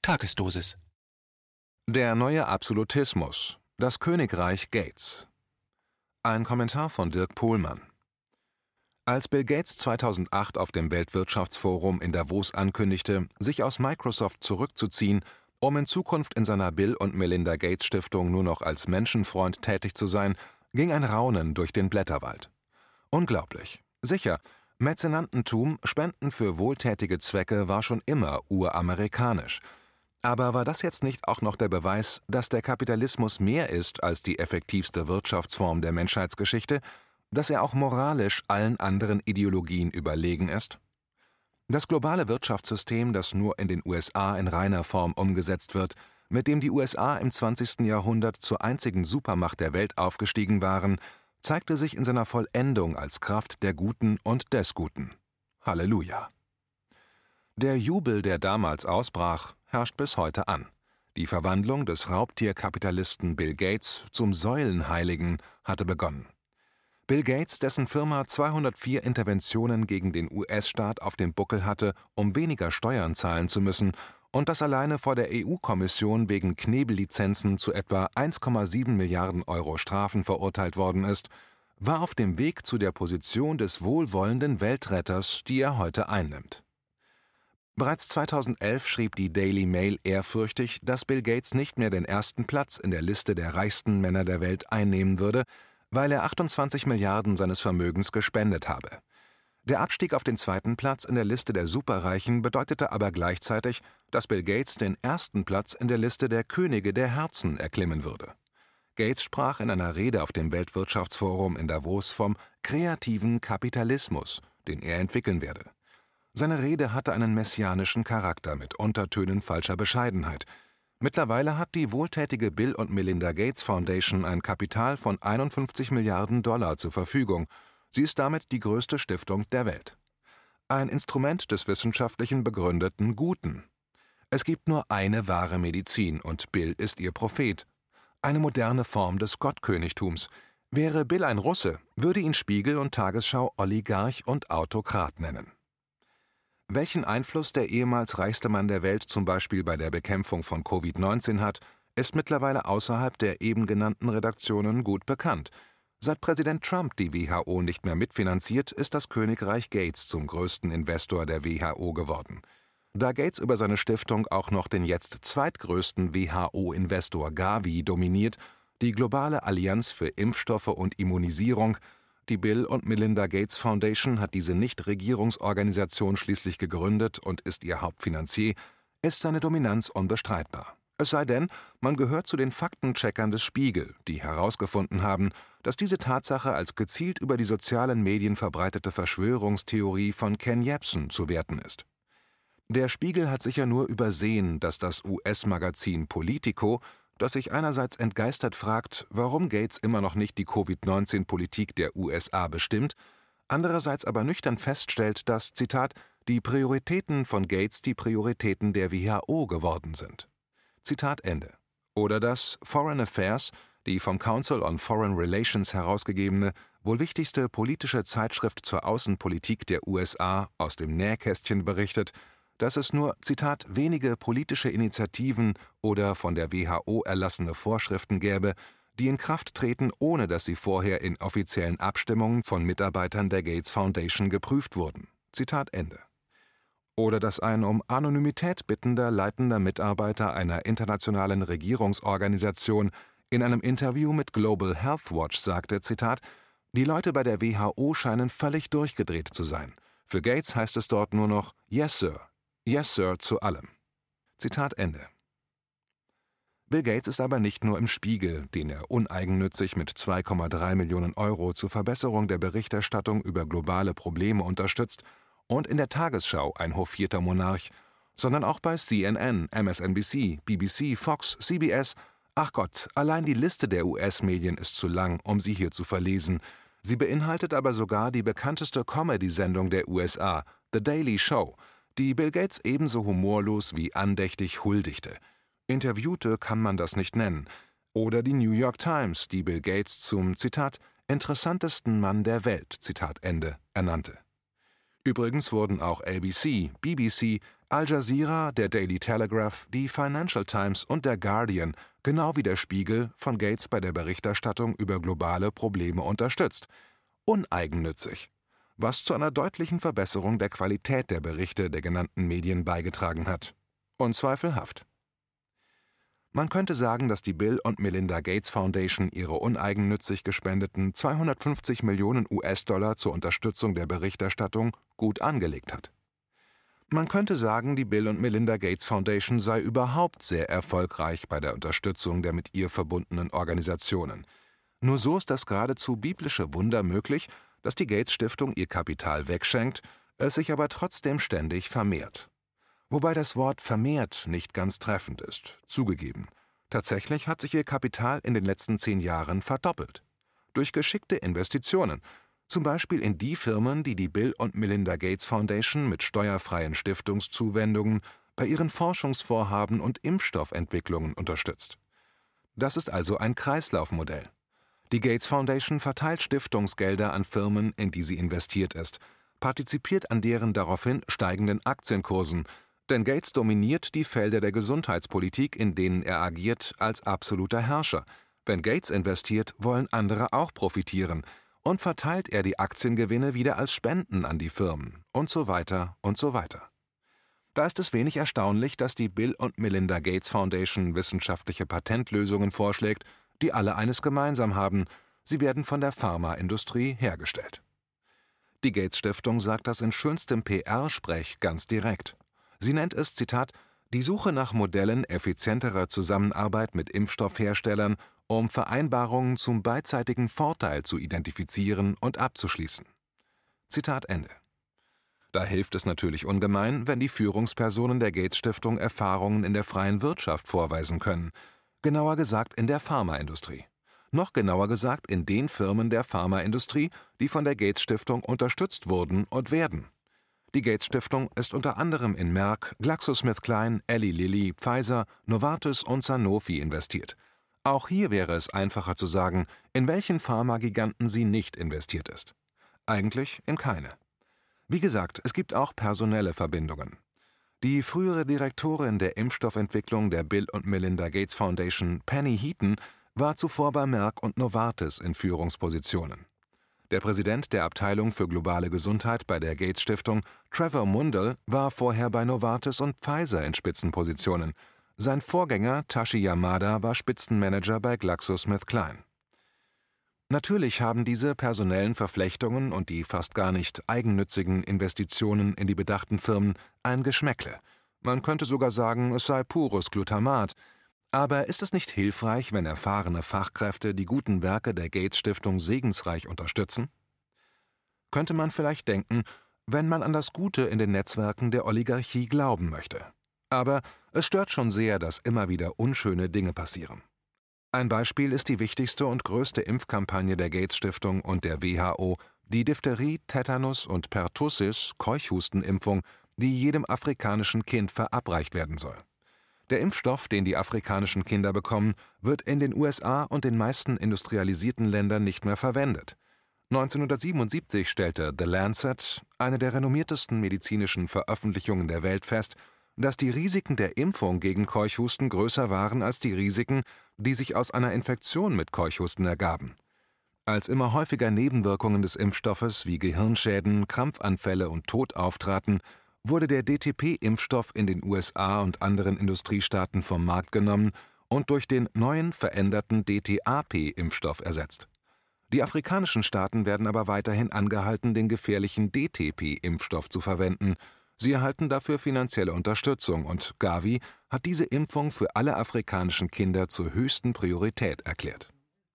Tagesdosis. Der neue Absolutismus. Das Königreich Gates. Ein Kommentar von Dirk Pohlmann. Als Bill Gates 2008 auf dem Weltwirtschaftsforum in Davos ankündigte, sich aus Microsoft zurückzuziehen, um in Zukunft in seiner Bill und Melinda Gates Stiftung nur noch als Menschenfreund tätig zu sein, ging ein Raunen durch den Blätterwald. Unglaublich. Sicher, Mäzenantentum, Spenden für wohltätige Zwecke war schon immer uramerikanisch. Aber war das jetzt nicht auch noch der Beweis, dass der Kapitalismus mehr ist als die effektivste Wirtschaftsform der Menschheitsgeschichte, dass er auch moralisch allen anderen Ideologien überlegen ist? Das globale Wirtschaftssystem, das nur in den USA in reiner Form umgesetzt wird, mit dem die USA im 20. Jahrhundert zur einzigen Supermacht der Welt aufgestiegen waren, zeigte sich in seiner Vollendung als Kraft der Guten und des Guten. Halleluja! Der Jubel, der damals ausbrach, herrscht bis heute an. Die Verwandlung des Raubtierkapitalisten Bill Gates zum Säulenheiligen hatte begonnen. Bill Gates, dessen Firma 204 Interventionen gegen den US-Staat auf dem Buckel hatte, um weniger Steuern zahlen zu müssen, und das alleine vor der EU-Kommission wegen Knebellizenzen zu etwa 1,7 Milliarden Euro Strafen verurteilt worden ist, war auf dem Weg zu der Position des wohlwollenden Weltretters, die er heute einnimmt. Bereits 2011 schrieb die Daily Mail ehrfürchtig, dass Bill Gates nicht mehr den ersten Platz in der Liste der reichsten Männer der Welt einnehmen würde, weil er 28 Milliarden seines Vermögens gespendet habe. Der Abstieg auf den zweiten Platz in der Liste der Superreichen bedeutete aber gleichzeitig, dass Bill Gates den ersten Platz in der Liste der Könige der Herzen erklimmen würde. Gates sprach in einer Rede auf dem Weltwirtschaftsforum in Davos vom kreativen Kapitalismus, den er entwickeln werde. Seine Rede hatte einen messianischen Charakter mit Untertönen falscher Bescheidenheit. Mittlerweile hat die wohltätige Bill und Melinda Gates Foundation ein Kapital von 51 Milliarden Dollar zur Verfügung. Sie ist damit die größte Stiftung der Welt. Ein Instrument des wissenschaftlichen begründeten Guten. Es gibt nur eine wahre Medizin und Bill ist ihr Prophet. Eine moderne Form des Gottkönigtums. Wäre Bill ein Russe, würde ihn Spiegel und Tagesschau Oligarch und Autokrat nennen. Welchen Einfluss der ehemals reichste Mann der Welt zum Beispiel bei der Bekämpfung von Covid-19 hat, ist mittlerweile außerhalb der eben genannten Redaktionen gut bekannt. Seit Präsident Trump die WHO nicht mehr mitfinanziert, ist das Königreich Gates zum größten Investor der WHO geworden. Da Gates über seine Stiftung auch noch den jetzt zweitgrößten WHO-Investor Gavi dominiert, die globale Allianz für Impfstoffe und Immunisierung. Die Bill und Melinda Gates Foundation hat diese Nichtregierungsorganisation schließlich gegründet und ist ihr Hauptfinanzier, ist seine Dominanz unbestreitbar. Es sei denn, man gehört zu den Faktencheckern des Spiegel, die herausgefunden haben, dass diese Tatsache als gezielt über die sozialen Medien verbreitete Verschwörungstheorie von Ken Jebsen zu werten ist. Der Spiegel hat sicher nur übersehen, dass das US-Magazin Politico, das sich einerseits entgeistert fragt, warum Gates immer noch nicht die Covid-19-Politik der USA bestimmt, andererseits aber nüchtern feststellt, dass, Zitat, die Prioritäten von Gates die Prioritäten der WHO geworden sind. Zitat Ende. Oder dass Foreign Affairs, die vom Council on Foreign Relations herausgegebene, wohl wichtigste politische Zeitschrift zur Außenpolitik der USA, aus dem Nähkästchen berichtet, dass es nur, Zitat, wenige politische Initiativen oder von der WHO erlassene Vorschriften gäbe, die in Kraft treten, ohne dass sie vorher in offiziellen Abstimmungen von Mitarbeitern der Gates Foundation geprüft wurden. Zitat Ende. Oder dass ein um Anonymität bittender leitender Mitarbeiter einer internationalen Regierungsorganisation in einem Interview mit Global Health Watch sagte, Zitat, die Leute bei der WHO scheinen völlig durchgedreht zu sein. Für Gates heißt es dort nur noch Yes, Sir. Yes, Sir zu allem. Zitat Ende. Bill Gates ist aber nicht nur im Spiegel, den er uneigennützig mit 2,3 Millionen Euro zur Verbesserung der Berichterstattung über globale Probleme unterstützt, und in der Tagesschau ein hofierter Monarch, sondern auch bei CNN, MSNBC, BBC, Fox, CBS. Ach Gott, allein die Liste der US-Medien ist zu lang, um sie hier zu verlesen. Sie beinhaltet aber sogar die bekannteste Comedy-Sendung der USA, The Daily Show, die Bill Gates ebenso humorlos wie andächtig huldigte. Interviewte kann man das nicht nennen. Oder die New York Times, die Bill Gates zum, Zitat, interessantesten Mann der Welt, Zitat Ende, ernannte. Übrigens wurden auch ABC, BBC, Al Jazeera, der Daily Telegraph, die Financial Times und der Guardian, genau wie der Spiegel, von Gates bei der Berichterstattung über globale Probleme unterstützt. Uneigennützig. Was zu einer deutlichen Verbesserung der Qualität der Berichte der genannten Medien beigetragen hat. Unzweifelhaft. Man könnte sagen, dass die Bill und Melinda Gates Foundation ihre uneigennützig gespendeten 250 Millionen US-Dollar zur Unterstützung der Berichterstattung gut angelegt hat. Man könnte sagen, die Bill und Melinda Gates Foundation sei überhaupt sehr erfolgreich bei der Unterstützung der mit ihr verbundenen Organisationen. Nur so ist das geradezu biblische Wunder möglich, dass die Gates Stiftung ihr Kapital wegschenkt, es sich aber trotzdem ständig vermehrt. Wobei das Wort vermehrt nicht ganz treffend ist, zugegeben. Tatsächlich hat sich ihr Kapital in den letzten 10 Jahren verdoppelt. Durch geschickte Investitionen, zum Beispiel in die Firmen, die die Bill und Melinda Gates Foundation mit steuerfreien Stiftungszuwendungen bei ihren Forschungsvorhaben und Impfstoffentwicklungen unterstützt. Das ist also ein Kreislaufmodell. Die Gates Foundation verteilt Stiftungsgelder an Firmen, in die sie investiert ist, partizipiert an deren daraufhin steigenden Aktienkursen, denn Gates dominiert die Felder der Gesundheitspolitik, in denen er agiert, als absoluter Herrscher. Wenn Gates investiert, wollen andere auch profitieren, und verteilt er die Aktiengewinne wieder als Spenden an die Firmen und so weiter und so weiter. Da ist es wenig erstaunlich, dass die Bill und Melinda Gates Foundation wissenschaftliche Patentlösungen vorschlägt, die alle eines gemeinsam haben: sie werden von der Pharmaindustrie hergestellt. Die Gates Stiftung sagt das in schönstem PR-Sprech ganz direkt. Sie nennt es, Zitat, die Suche nach Modellen effizienterer Zusammenarbeit mit Impfstoffherstellern, um Vereinbarungen zum beidseitigen Vorteil zu identifizieren und abzuschließen. Zitat Ende. Da hilft es natürlich ungemein, wenn die Führungspersonen der Gates Stiftung Erfahrungen in der freien Wirtschaft vorweisen können, genauer gesagt in der Pharmaindustrie. Noch genauer gesagt in den Firmen der Pharmaindustrie, die von der Gates Stiftung unterstützt wurden und werden. Die Gates Stiftung ist unter anderem in Merck, GlaxoSmithKline, Eli Lilly, Pfizer, Novartis und Sanofi investiert. Auch hier wäre es einfacher zu sagen, in welchen Pharmagiganten sie nicht investiert ist. Eigentlich in keine. Wie gesagt, es gibt auch personelle Verbindungen. Die frühere Direktorin der Impfstoffentwicklung der Bill und Melinda Gates Foundation, Penny Heaton, war zuvor bei Merck und Novartis in Führungspositionen. Der Präsident der Abteilung für globale Gesundheit bei der Gates Stiftung, Trevor Mundell, war vorher bei Novartis und Pfizer in Spitzenpositionen. Sein Vorgänger, Tashi Yamada, war Spitzenmanager bei GlaxoSmithKline. Natürlich haben diese personellen Verflechtungen und die fast gar nicht eigennützigen Investitionen in die bedachten Firmen ein Geschmäckle. Man könnte sogar sagen, es sei pures Glutamat. Aber ist es nicht hilfreich, wenn erfahrene Fachkräfte die guten Werke der Gates Stiftung segensreich unterstützen? Könnte man vielleicht denken, wenn man an das Gute in den Netzwerken der Oligarchie glauben möchte. Aber es stört schon sehr, dass immer wieder unschöne Dinge passieren. Ein Beispiel ist die wichtigste und größte Impfkampagne der Gates Stiftung und der WHO, die Diphtherie-, Tetanus- und Pertussis-Keuchhustenimpfung, die jedem afrikanischen Kind verabreicht werden soll. Der Impfstoff, den die afrikanischen Kinder bekommen, wird in den USA und den meisten industrialisierten Ländern nicht mehr verwendet. 1977 stellte The Lancet, eine der renommiertesten medizinischen Veröffentlichungen der Welt, fest, dass die Risiken der Impfung gegen Keuchhusten größer waren als die Risiken, die sich aus einer Infektion mit Keuchhusten ergaben. Als immer häufiger Nebenwirkungen des Impfstoffes wie Gehirnschäden, Krampfanfälle und Tod auftraten, wurde der DTP-Impfstoff in den USA und anderen Industriestaaten vom Markt genommen und durch den neuen, veränderten DTaP-Impfstoff ersetzt. Die afrikanischen Staaten werden aber weiterhin angehalten, den gefährlichen DTP-Impfstoff zu verwenden. Sie erhalten dafür finanzielle Unterstützung und Gavi hat diese Impfung für alle afrikanischen Kinder zur höchsten Priorität erklärt.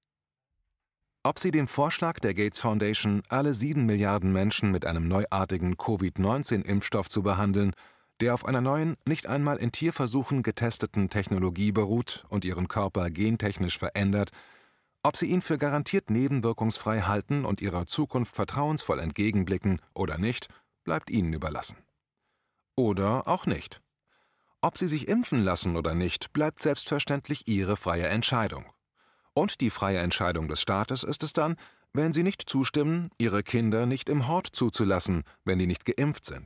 Ob sie dem Vorschlag der Gates Foundation, alle 7 Milliarden Menschen mit einem neuartigen Covid-19-Impfstoff zu behandeln, der auf einer neuen, nicht einmal in Tierversuchen getesteten Technologie beruht und ihren Körper gentechnisch verändert, ob sie ihn für garantiert nebenwirkungsfrei halten und ihrer Zukunft vertrauensvoll entgegenblicken oder nicht, bleibt ihnen überlassen. Oder auch nicht. Ob sie sich impfen lassen oder nicht, bleibt selbstverständlich ihre freie Entscheidung. Und die freie Entscheidung des Staates ist es dann, wenn sie nicht zustimmen, ihre Kinder nicht im Hort zuzulassen, wenn die nicht geimpft sind.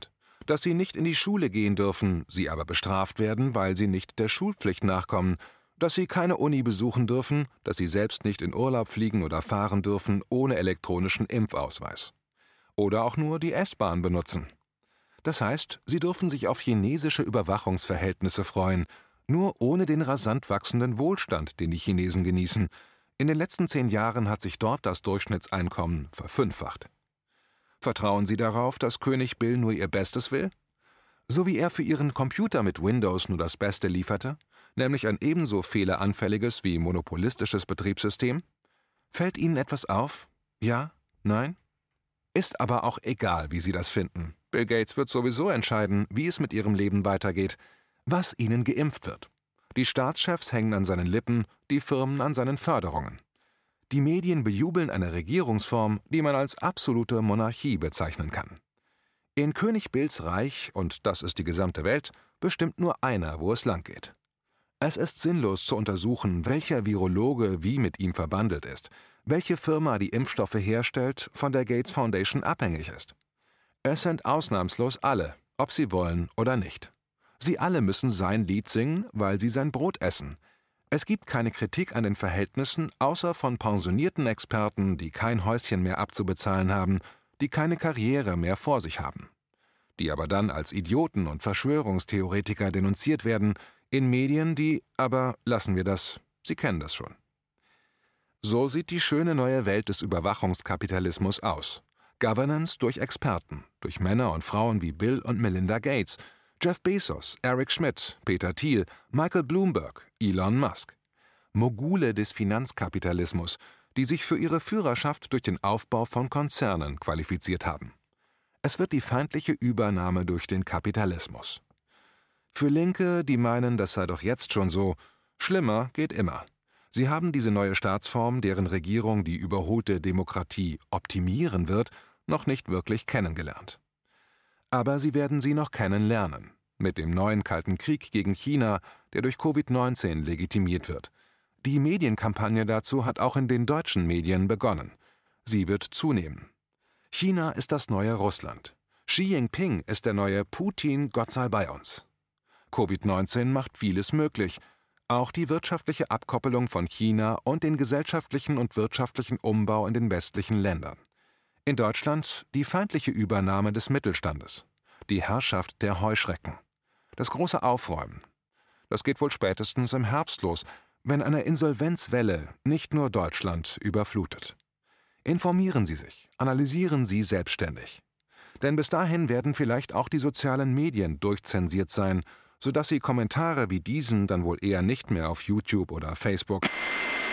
dass sie nicht in die Schule gehen dürfen, sie aber bestraft werden, weil sie nicht der Schulpflicht nachkommen, dass sie keine Uni besuchen dürfen, dass sie selbst nicht in Urlaub fliegen oder fahren dürfen ohne elektronischen Impfausweis. Oder auch nur die S-Bahn benutzen. Das heißt, sie dürfen sich auf chinesische Überwachungsverhältnisse freuen, nur ohne den rasant wachsenden Wohlstand, den die Chinesen genießen. In den letzten 10 Jahren hat sich dort das Durchschnittseinkommen verfünffacht. Vertrauen Sie darauf, dass König Bill nur Ihr Bestes will? So wie er für Ihren Computer mit Windows nur das Beste lieferte, nämlich ein ebenso fehleranfälliges wie monopolistisches Betriebssystem? Fällt Ihnen etwas auf? Ja? Nein? Ist aber auch egal, wie Sie das finden. Bill Gates wird sowieso entscheiden, wie es mit Ihrem Leben weitergeht, was Ihnen geimpft wird. Die Staatschefs hängen an seinen Lippen, die Firmen an seinen Förderungen. Die Medien bejubeln eine Regierungsform, die man als absolute Monarchie bezeichnen kann. In König Bills Reich, und das ist die gesamte Welt, bestimmt nur einer, wo es langgeht. Es ist sinnlos zu untersuchen, welcher Virologe wie mit ihm verbandelt ist, welche Firma die Impfstoffe herstellt, von der Gates Foundation abhängig ist. Es sind ausnahmslos alle, ob sie wollen oder nicht. Sie alle müssen sein Lied singen, weil sie sein Brot essen. Es gibt keine Kritik an den Verhältnissen, außer von pensionierten Experten, die kein Häuschen mehr abzubezahlen haben, die keine Karriere mehr vor sich haben. Die aber dann als Idioten und Verschwörungstheoretiker denunziert werden, in Medien, die, aber lassen wir das, Sie kennen das schon. So sieht die schöne neue Welt des Überwachungskapitalismus aus. Governance durch Experten, durch Männer und Frauen wie Bill und Melinda Gates, Jeff Bezos, Eric Schmidt, Peter Thiel, Michael Bloomberg, Elon Musk. Mogule des Finanzkapitalismus, die sich für ihre Führerschaft durch den Aufbau von Konzernen qualifiziert haben. Es wird die feindliche Übernahme durch den Kapitalismus. Für Linke, die meinen, das sei doch jetzt schon so, schlimmer geht immer. Sie haben diese neue Staatsform, deren Regierung die überholte Demokratie optimieren wird, noch nicht wirklich kennengelernt. Aber sie werden sie noch kennenlernen, mit dem neuen Kalten Krieg gegen China, der durch Covid-19 legitimiert wird. Die Medienkampagne dazu hat auch in den deutschen Medien begonnen. Sie wird zunehmen. China ist das neue Russland. Xi Jinping ist der neue Putin, Gott sei bei uns. Covid-19 macht vieles möglich, auch die wirtschaftliche Abkoppelung von China und den gesellschaftlichen und wirtschaftlichen Umbau in den westlichen Ländern. In Deutschland die feindliche Übernahme des Mittelstandes, die Herrschaft der Heuschrecken, das große Aufräumen. Das geht wohl spätestens im Herbst los, wenn eine Insolvenzwelle nicht nur Deutschland überflutet. Informieren Sie sich, analysieren Sie selbstständig. Denn bis dahin werden vielleicht auch die sozialen Medien durchzensiert sein, sodass Sie Kommentare wie diesen dann wohl eher nicht mehr auf YouTube oder Facebook